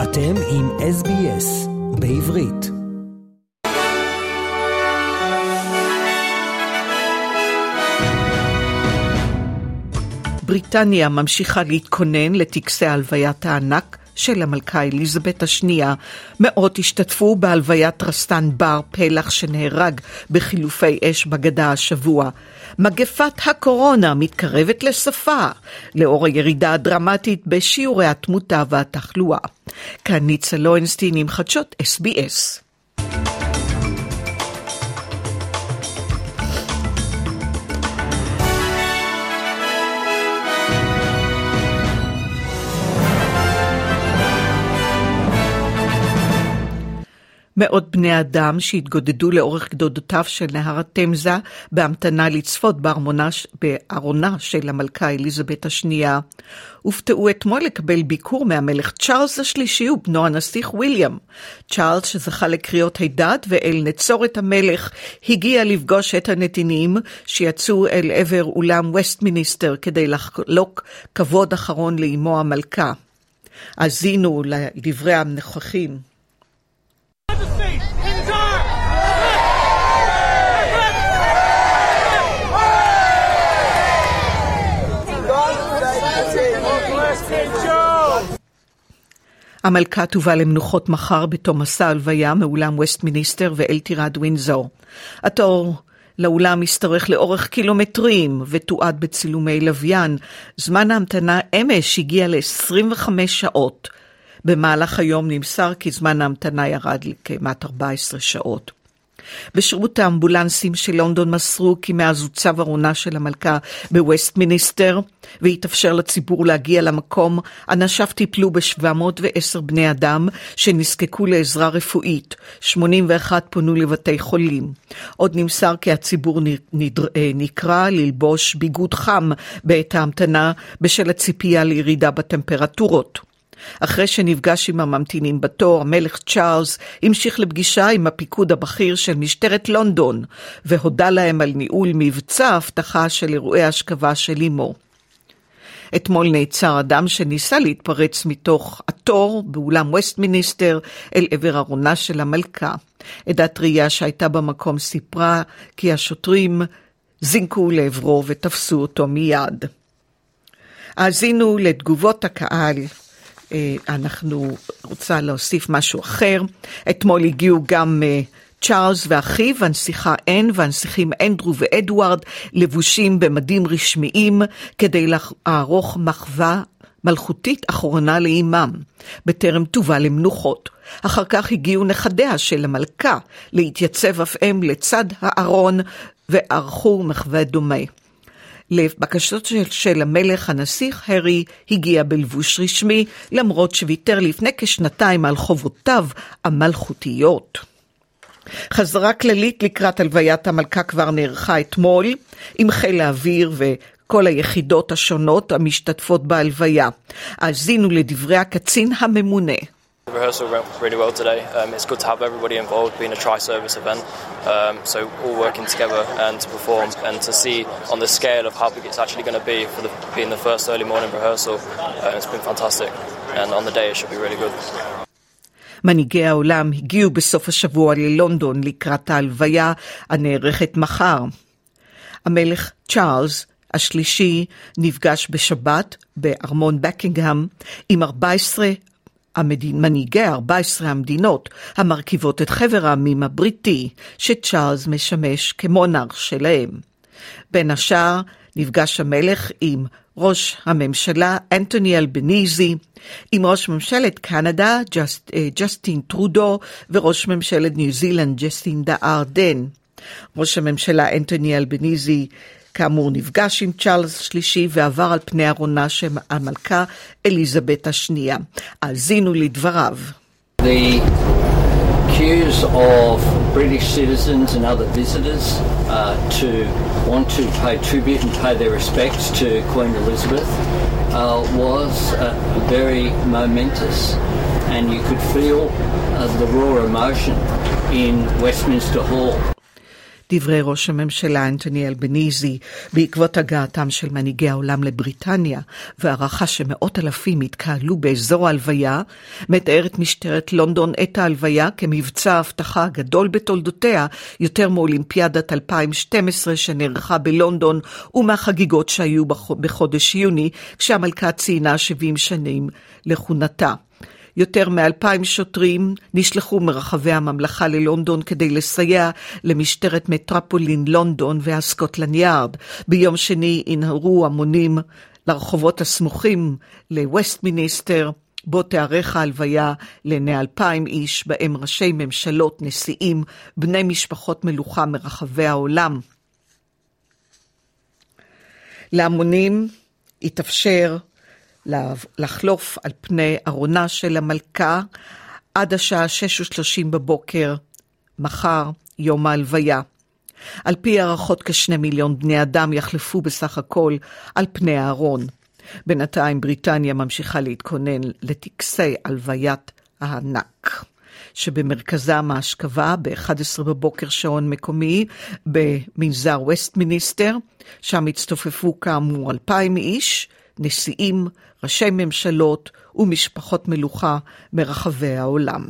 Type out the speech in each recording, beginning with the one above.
אתם עם SBS בעברית. בריטניה ממשיכה להתכונן לטקסי הלוויית הענק של המלכה אליזבת השנייה. מאות השתתפו בהלוויית רסטן בר פלח שנהרג בחילופי אש בגדה השבוע. מגפת הקורונה מתקרבת לסופה, לאור הירידה הדרמטית בשיעורי התמותה והתחלואה. כאן ניצה לוינסטין עם חדשות SBS. מאות בני אדם שהתגודדו לאורך גדודותיו של נהר התמזה בהמתנה לצפות בארונה של המלכה אליזבת השנייה. הופתעו אתמול לקבל ביקור מהמלך צ'ארלס השלישי ובנו הנסיך וויליאם. צ'ארלס, שזכה לקריאות הידד ואל נצורת המלך, הגיע לפגוש את הנתינים שיצאו אל עבר אולם וסטמיניסטר כדי לחלוק כבוד אחרון לאמו המלכה. האזינו לדברי הנוכחים. המלכה תובא למנוחות מחר בתום מסע הלוויה מאולם וסטמיניסטר ואל טירת ווינזור. התור לאולם משתרך לאורך קילומטרים ותועד בצילומי לוויין. זמן ההמתנה אמש הגיע ל-25 שעות. במהלך היום נמסר כי זמן ההמתנה ירד לכמעט 14 שעות. בשירות האמבולנסים של לונדון מסרו כי מאז הוצב ארונה של המלכה בווסטמיניסטר והתאפשר לציבור להגיע למקום, אנשיו טיפלו ב-710 בני אדם שנזקקו לעזרה רפואית. 81 פונו לבתי חולים. עוד נמסר כי הציבור נקרא ללבוש ביגוד חם בעת ההמתנה בשל הציפייה לירידה בטמפרטורות. אחרי שנפגש עם הממתינים בתור, המלך צ'ארלס המשיך לפגישה עם הפיקוד הבכיר של משטרת לונדון, והודע להם על ניהול מבצע הבטחה של אירועי השכבה של אמו. אתמול נעצר אדם שניסה להתפרץ מתוך התור באולם וסטמיניסטר אל עבר ארונה של המלכה. עדת ראייה שהייתה במקום סיפרה כי השוטרים זינקו לעברו ותפסו אותו מיד. האזינו לתגובות הקהל. אנחנו רוצה להוסיף משהו אחר. אתמול הגיעו גם צ'ארלס ואחיו, הנסיכה אן והנסיכים אנדרו ואדוארד, לבושים במדים רשמיים כדי לערוך מחווה מלכותית אחרונה לאימם, בטרם תובא למנוחות. אחר כך הגיעו נכדיה של המלכה להתייצב אף הם לצד הארון וערכו מחווה דומה. לבקשות של המלך, הנסיך הרי הגיע בלבוש רשמי, למרות שוויתר לפני כשנתיים על חובותיו המלכותיות. חזרה כללית לקראת הלוויית המלכה כבר נערכה אתמול, עם חיל האוויר וכל היחידות השונות המשתתפות בהלוויה. האזינו לדברי הקצין הממונה. The rehearsal went really well today. It's good to have everybody involved, being a tri-service event, so all working together and to perform and to see on the scale of how big it's actually going to be for being the first early morning rehearsal. It's been fantastic, and on the day it should be really good. מנהיגי העולם הגיעו בסוף השבוע ללונדון לקראת ההלוויה הנערכת מחר. המלך צ'ארלס השלישי נפגש בשבת בארמון בקינגהאם עם מנהיגי 14 המדינות המרכיבות את חבר העמים הבריטי, שצ'ארלס משמש כמונרך שלהם. בין השאר נפגש המלך עם ראש הממשלה אנטוני אלבניזי, עם ראש ממשלת קנדה ג'סטין טרודו וראש ממשלת ניו זילנד ג'סינדה ארדן. ראש הממשלה אנטוני אלבניזי כאמור נפגש עם צ'ארלס השלישי ועבר על פני ארונה של המלכה אליזבת השנייה. האזינו לדבריו. The queues of British citizens and other visitors to want to pay tribute and pay their respects to Queen Elizabeth was very momentous, and you could feel the raw emotion in Westminster Hall. דברי ראש הממשלה אנטוני אלבניזי בעקבות הגעתם של מנהיגי העולם לבריטניה והערכה שמאות אלפים התקהלו באזור ההלוויה, מתארת משטרת לונדון את ההלוויה כמבצע ההבטחה הגדול בתולדותיה, יותר מאולימפיאדת 2012 שנערכה בלונדון ומהחגיגות שהיו בחודש יוני כשהמלכה ציינה 70 שנים לכהונתה. יותר מ-2,000 שוטרים נשלחו מרחבי הממלכה ללונדון כדי לסייע למשטרת מטרופולין לונדון והסקוטלנד יארד. ביום שני ינהרו המונים לרחובות הסמוכים לווסטמיניסטר, בו תארך ההלוויה לעיני 2,000 איש, בהם ראשי ממשלות, נשיאים, בני משפחות מלוכה מרחבי העולם. להמונים התאפשר לחלוף על פני ארונה של המלכה עד השעה 6:30 בבוקר, מחר יום ההלוויה. על פי הערכות כ2 מיליון בני אדם יחלפו בסך הכל על פני הארון. בינתיים בריטניה ממשיכה להתכונן לטקסי הלוויית הענק, שבמרכזם ההשכבה ב-11 בבוקר שעון מקומי במנזר וסטמיניסטר, שם הצטופפו כאמור 2,000 איש, נשיאים, ראשי ממשלות ומשפחות מלוכה מרחבי העולם.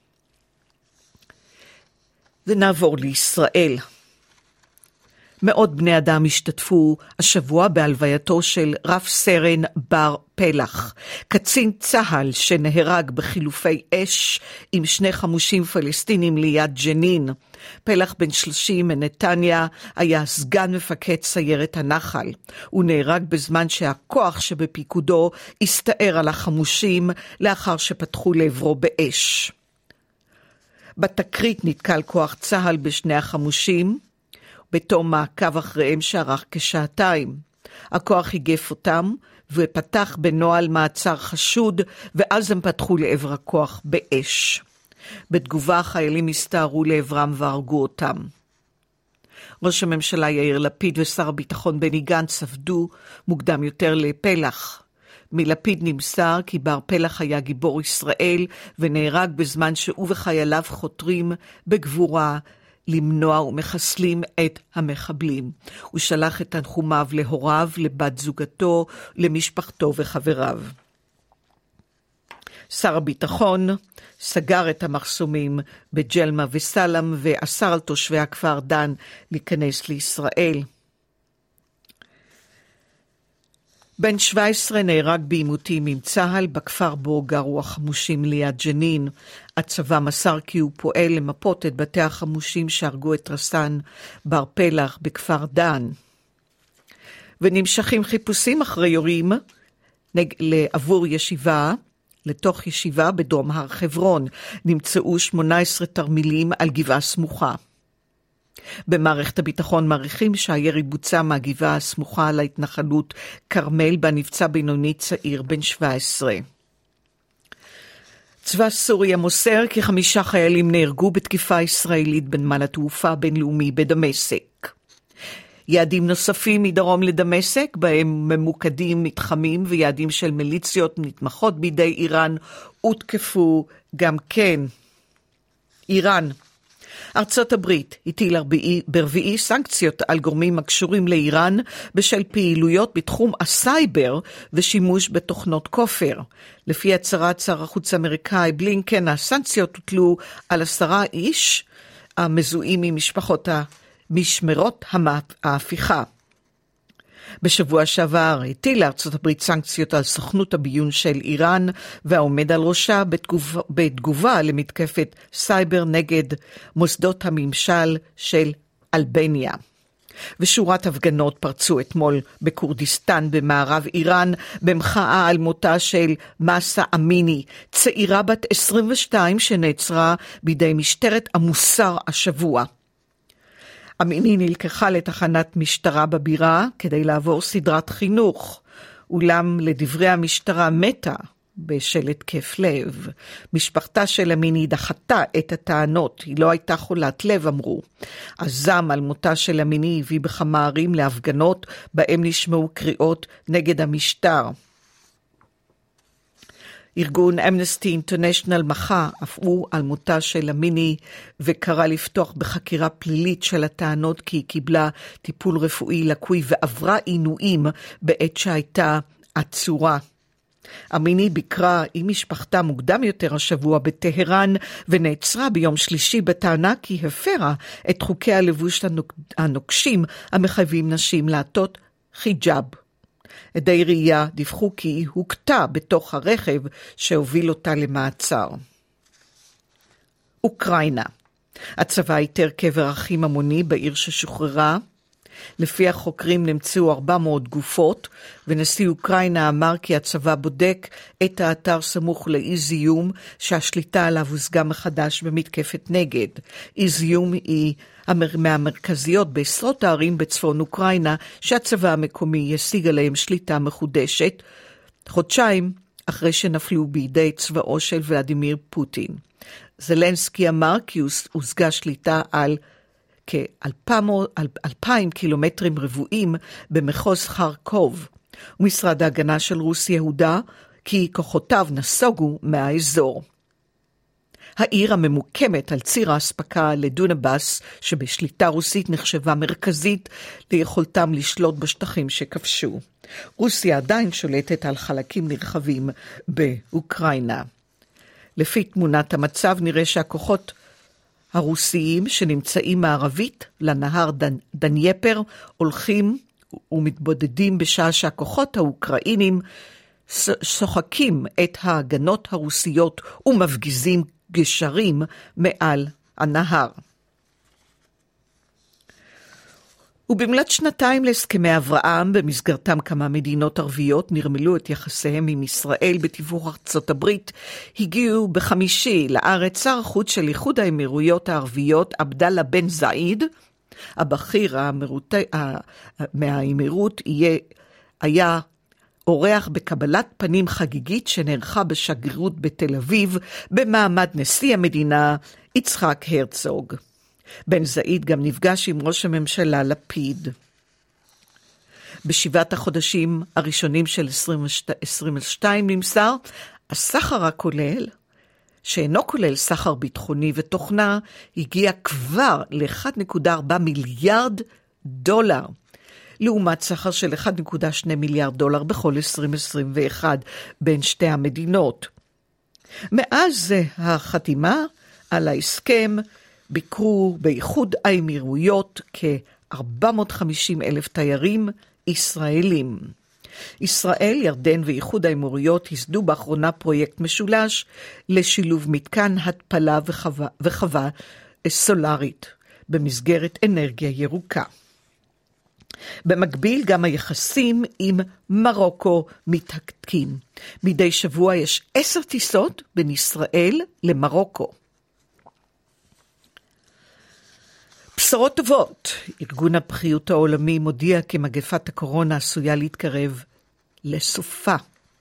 ונעבור לישראל. מאות בני אדם השתתפו השבוע בהלווייתו של רב סרן בר פלח, קצין צהל שנהרג בחילופי אש עם 2 חמושים פלסטינים ליד ג'נין. פלח בן 30 מנתניה היה סגן מפקד סיירת הנחל. הוא נהרג בזמן שהכוח שבפיקודו הסתער על החמושים לאחר שפתחו לעברו באש. בתקרית נתקל כוח צהל בשני החמושים, בתום מעקב אחריהם שערך כשעתיים. הכוח היגף אותם ופתח בנועל מעצר חשוד, ואז הם פתחו לעבר הכוח באש. בתגובה החיילים הסתערו לעברם והרגו אותם. ראש הממשלה יאיר לפיד ושר הביטחון בני גנץ עבדו מוקדם יותר לפלח. מלפיד נמסר כי בר פלח היה גיבור ישראל ונהרג בזמן שהוא וחייליו חותרים בגבורה למנוע ומחסלים את המחבלים. הוא שלח את תנחומיו להוריו, לבת זוגתו, למשפחתו וחבריו. שר הביטחון סגר את המחסומים בג'למה וסלם ואסר על תושבי הכפר דן להיכנס לישראל. בן 17 נהרג בעימותים עם צהל בכפר בו גרו החמושים ליד ג'נין. הצבא מסר כי הוא פועל למפות את בתי החמושים שהרגו את רס"ן בר פלח בכפר דן. ונמשכים חיפושים אחרי יורים עבור ישיבה, לתוך ישיבה בדרום הר חברון. נמצאו 18 תרמילים על גבעה סמוכה. במערכת הביטחון מעריכים שהירי בוצע מהגבעה הסמוכה על ההתנחלות קרמל, בה נפצע בינוני צעיר בן 17. צבא סוריה מוסר כי 5 חיילים נהרגו בתקיפה ישראלית בנמל התעופה הבינלאומי בדמשק. יעדים נוספים מדרום לדמשק, בהם ממוקדים מתחמים ויעדים של מיליציות נתמכות בידי איראן, הותקפו גם כן. איראן. ארצות הברית הטילה ברביעי סנקציות על גורמים הקשורים לאיראן בשל פעילויות בתחום הסייבר ושימוש בתוכנות כופר. לפי הצהרת שר החוץ האמריקאי בלינקן, הסנקציות הוטלו על 10 איש המזוהים ממשפחות משמרות ההפיכה. בשבוע שעבר הטילה ארצות הברית סנקציות על סוכנות הביון של איראן והעומד על ראשה בתגובה למתקפת סייבר נגד מוסדות הממשל של אלבניה. ושורת הפגנות פרצו אתמול בכורדיסטן במערב איראן במחאה על מותה של מסה אמיני, צעירה בת 22 שנעצרה בידי משטרת המוסר השבוע. אמיני נלקחה לתחנת משטרה בבירה כדי לעבור סדרת חינוך, אולם לדברי המשטרה מתה בשל התקף לב. משפחתה של אמיני דחתה את הטענות, היא לא הייתה חולת לב אמרו. הזעם על מותה של אמיני הביא בכמה ערים להפגנות בהם נשמעו קריאות נגד המשטר. ארגון אמנסטי אינטרנשיונל מחה אף הוא על מותה של אמיני וקרא לפתוח בחקירה פלילית של הטענות כי היא קיבלה טיפול רפואי לקוי ועברה עינויים בעת שהייתה עצורה. אמיני ביקרה עם משפחתה מוקדם יותר השבוע בטהרן ונעצרה ביום שלישי בטענה כי הפרה את חוקי הלבוש הנוקשים המחייבים נשים לעטות חיג'אב. עדי ראייה דיווחו כי היא הוקטה בתוך הרכב שהוביל אותה למעצר. אוקראינה. הצבא איתר קבר אחים המוני בעיר ששוחררה. לפי החוקרים נמצאו 400 גופות, ונשיא אוקראינה אמר כי הצבא בודק את האתר סמוך לאי זיום שהשליטה עליו הושגה מחדש במתקפת נגד. אי זיום היא מהמרכזיות בעשרות הערים בצפון אוקראינה שהצבא המקומי ישיג עליהם שליטה מחודשת, חודשיים אחרי שנפלו בידי צבאו של ולדימיר פוטין. זלנסקי אמר כי הושגה שליטה על כ-2,000 קילומטרים רבועים במחוז חרקוב, ומשרד ההגנה של רוסיה הודע כי כוחותיו נסוגו מהאזור. העיר הממוקמת על ציר האספקה לדונבאס שבשליטה רוסית נחשבה מרכזית ליכולתם לשלוט בשטחים שכבשו. רוסיה עדיין שולטת על חלקים נרחבים באוקראינה. לפי תמונת המצב נראה שהכוחות הרוסיים שנמצאים מערבית לנהר דנייפר הולכים ומתבודדים בשעה שהכוחות האוקראינים שוחקים את ההגנות הרוסיות ומפגיזים גשרים מעל הנהר. ובמלאת שנתיים להסכמי אברהם, במסגרתם כמה מדינות ערביות נרמלו את יחסיהם עם ישראל בתיווך ארצות הברית, הגיעו בחמישי לארץ שר החוץ של איחוד האמירויות הערביות עבדאללה בן זאיד. הבכיר מהאמירות היה אורח בקבלת פנים חגיגית שנערכה בשגרירות בתל אביב במעמד נשיא המדינה יצחק הרצוג. בן זאיד גם נפגש עם ראש הממשלה לפיד. בשבעת החודשים הראשונים של 2022 נמסר, הסחר הכולל, שאינו כולל סחר ביטחוני ותוכנה, הגיע כבר ל-1.4 מיליארד דולר, לעומת סחר של 1.2 מיליארד דולר בכל 2021 בין שתי המדינות. מאז החתימה על ההסכם, ביקרו באיחוד האמירויות כ-450,000 תיירים ישראלים. ישראל, ירדן ואיחוד האמירויות ייסדו באחרונה פרויקט משולש לשילוב מתקן התפלה וחווה סולרית במסגרת אנרגיה ירוקה. במקביל גם היחסים עם מרוקו מתהדקים. מדי שבוע יש 10 טיסות בין ישראל למרוקו. בשורות טובות. ארגון הבריאות העולמי מודיע כי מגפת הקורונה עשויה להתקרב לסופה.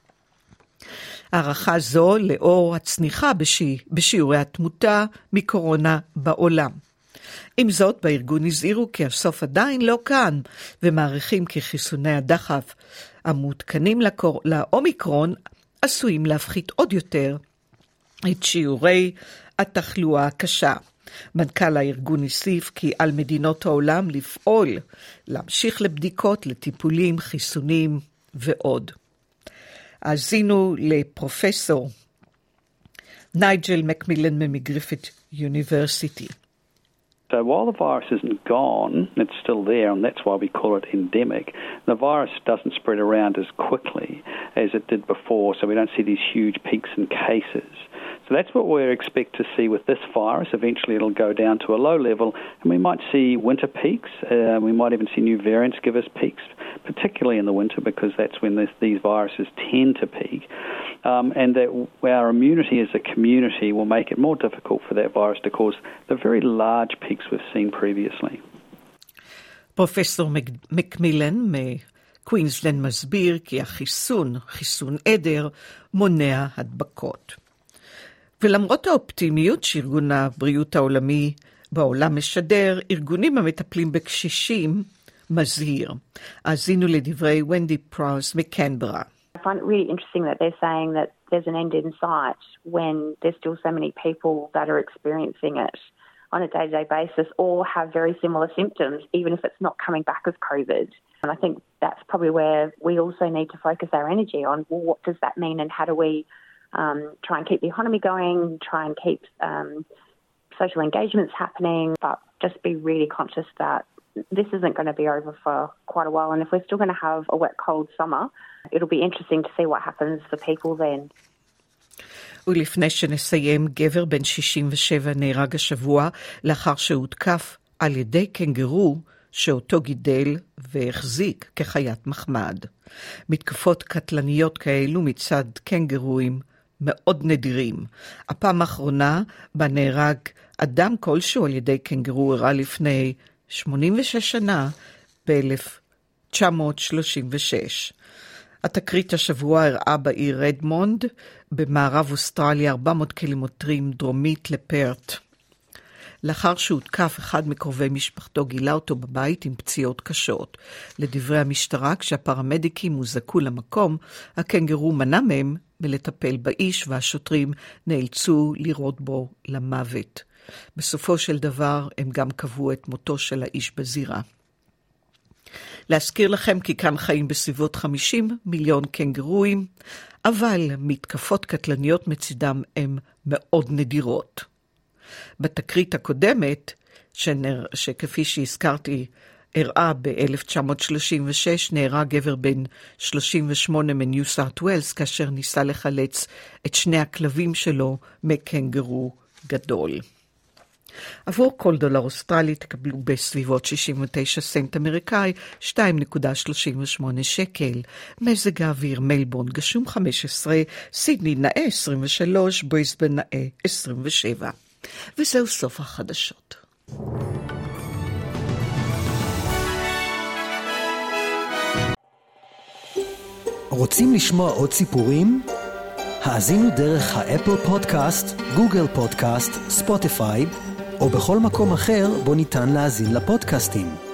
הערכה זו לאור הצניחה בשיעורי התמותה מקורונה בעולם. עם זאת, בארגון הזהירו כי הסוף עדיין לא כאן, ומעריכים כי חיסוני הדחף המותקנים לאומיקרון עשויים להפחית עוד יותר את שיעורי התחלואה הקשה. מנכ"ל הארגון הוסיף כי על מדינות העולם לפעול, להמשיך לבדיקות, לטיפולים, חיסונים ועוד. האזינו לפרופסור נייג'ל מקמילן מגריפית יוניברסיטי. So while the virus isn't gone, it's still there, and that's why we call it endemic. The virus doesn't spread around as quickly as it did before, so we don't see these huge peaks in cases. So that's what we expect to see with this virus. Eventually it'll go down to a low level, and we might see winter peaks. We might even see new variants give us peaks, particularly in the winter, because that's when these viruses tend to peak. And that our immunity as a community will make it more difficult for that virus to cause the very large peaks we've seen previously. פרופסור מקמילן מקווינסלנד מסביר כי חיסון עדר, מונע הדבקות. ולמרות האופטימיות שארגון הבריאות העולמי בעולם משדר, ארגונים המטפלים בקשישים מזהיר. האזינו לדברי ונדי פראוס מקנברה. I find it really interesting that they're saying that there's an end in sight when there's still so many people that are experiencing it on a day-to-day basis or have very similar symptoms, even if it's not coming back as COVID. And I think that's probably where we also need to focus our energy on, well, what does that mean and how do we try and keep the economy going, try and keep social engagements happening, but just be really conscious that this isn't going to be over for quite a while. And if we're still going to have a wet, cold summer, it'll be interesting to see what happens for people then. ולפני שנסיים, גבר בן 67 נהרג השבוע לאחר שהותקף על ידי קנגרו שאותו גידל והחזיק כחיית מחמד. מתקפות קטלניות כאלו מצד קנגרואים מאוד נדירים. הפעם האחרונה בה נהרג אדם כלשהו על ידי קנגרו אירע לפני 86 שנה ב-1936. התקרית השבוע הראה בעיר רדמונד, במערב אוסטרליה 400 קילומטרים דרומית לפרט. לאחר שהותקף, אחד מקרובי משפחתו גילה אותו בבית עם פציעות קשות. לדברי המשטרה, כשהפרמדיקים הוזעקו למקום, הקנגרו מנע מהם מלטפל באיש, והשוטרים נאלצו לירות בו למוות. בסופו של דבר הם גם קבעו את מותו של האיש בזירה. להזכיר לכם כי כאן חיים בסביבות 50 מיליון קנגרואים, אבל מתקפות קטלניות מצידם הן מאוד נדירות. בתקרית הקודמת, שכפי שהזכרתי, אירעה ב-1936, נהרג גבר בן 38 מניו סאות' ווילס, כאשר ניסה לחלץ את שני הכלבים שלו מקנגרו גדול. עבור כל דולר אוסטרלי תקבלו בסביבות 69 סנט אמריקאי, 2.38 שקל. מזג האוויר, מלבורן גשום 15, סידני נאה 23, בריסבן נאה 27. וזהו סוף החדשות. רוצים לשמוע עוד סיפורים? האזינו דרך האפל פודקאסט, גוגל פודקאסט, ספוטיפיי, או בכל מקום אחר בו ניתן להאזין לפודקאסטים.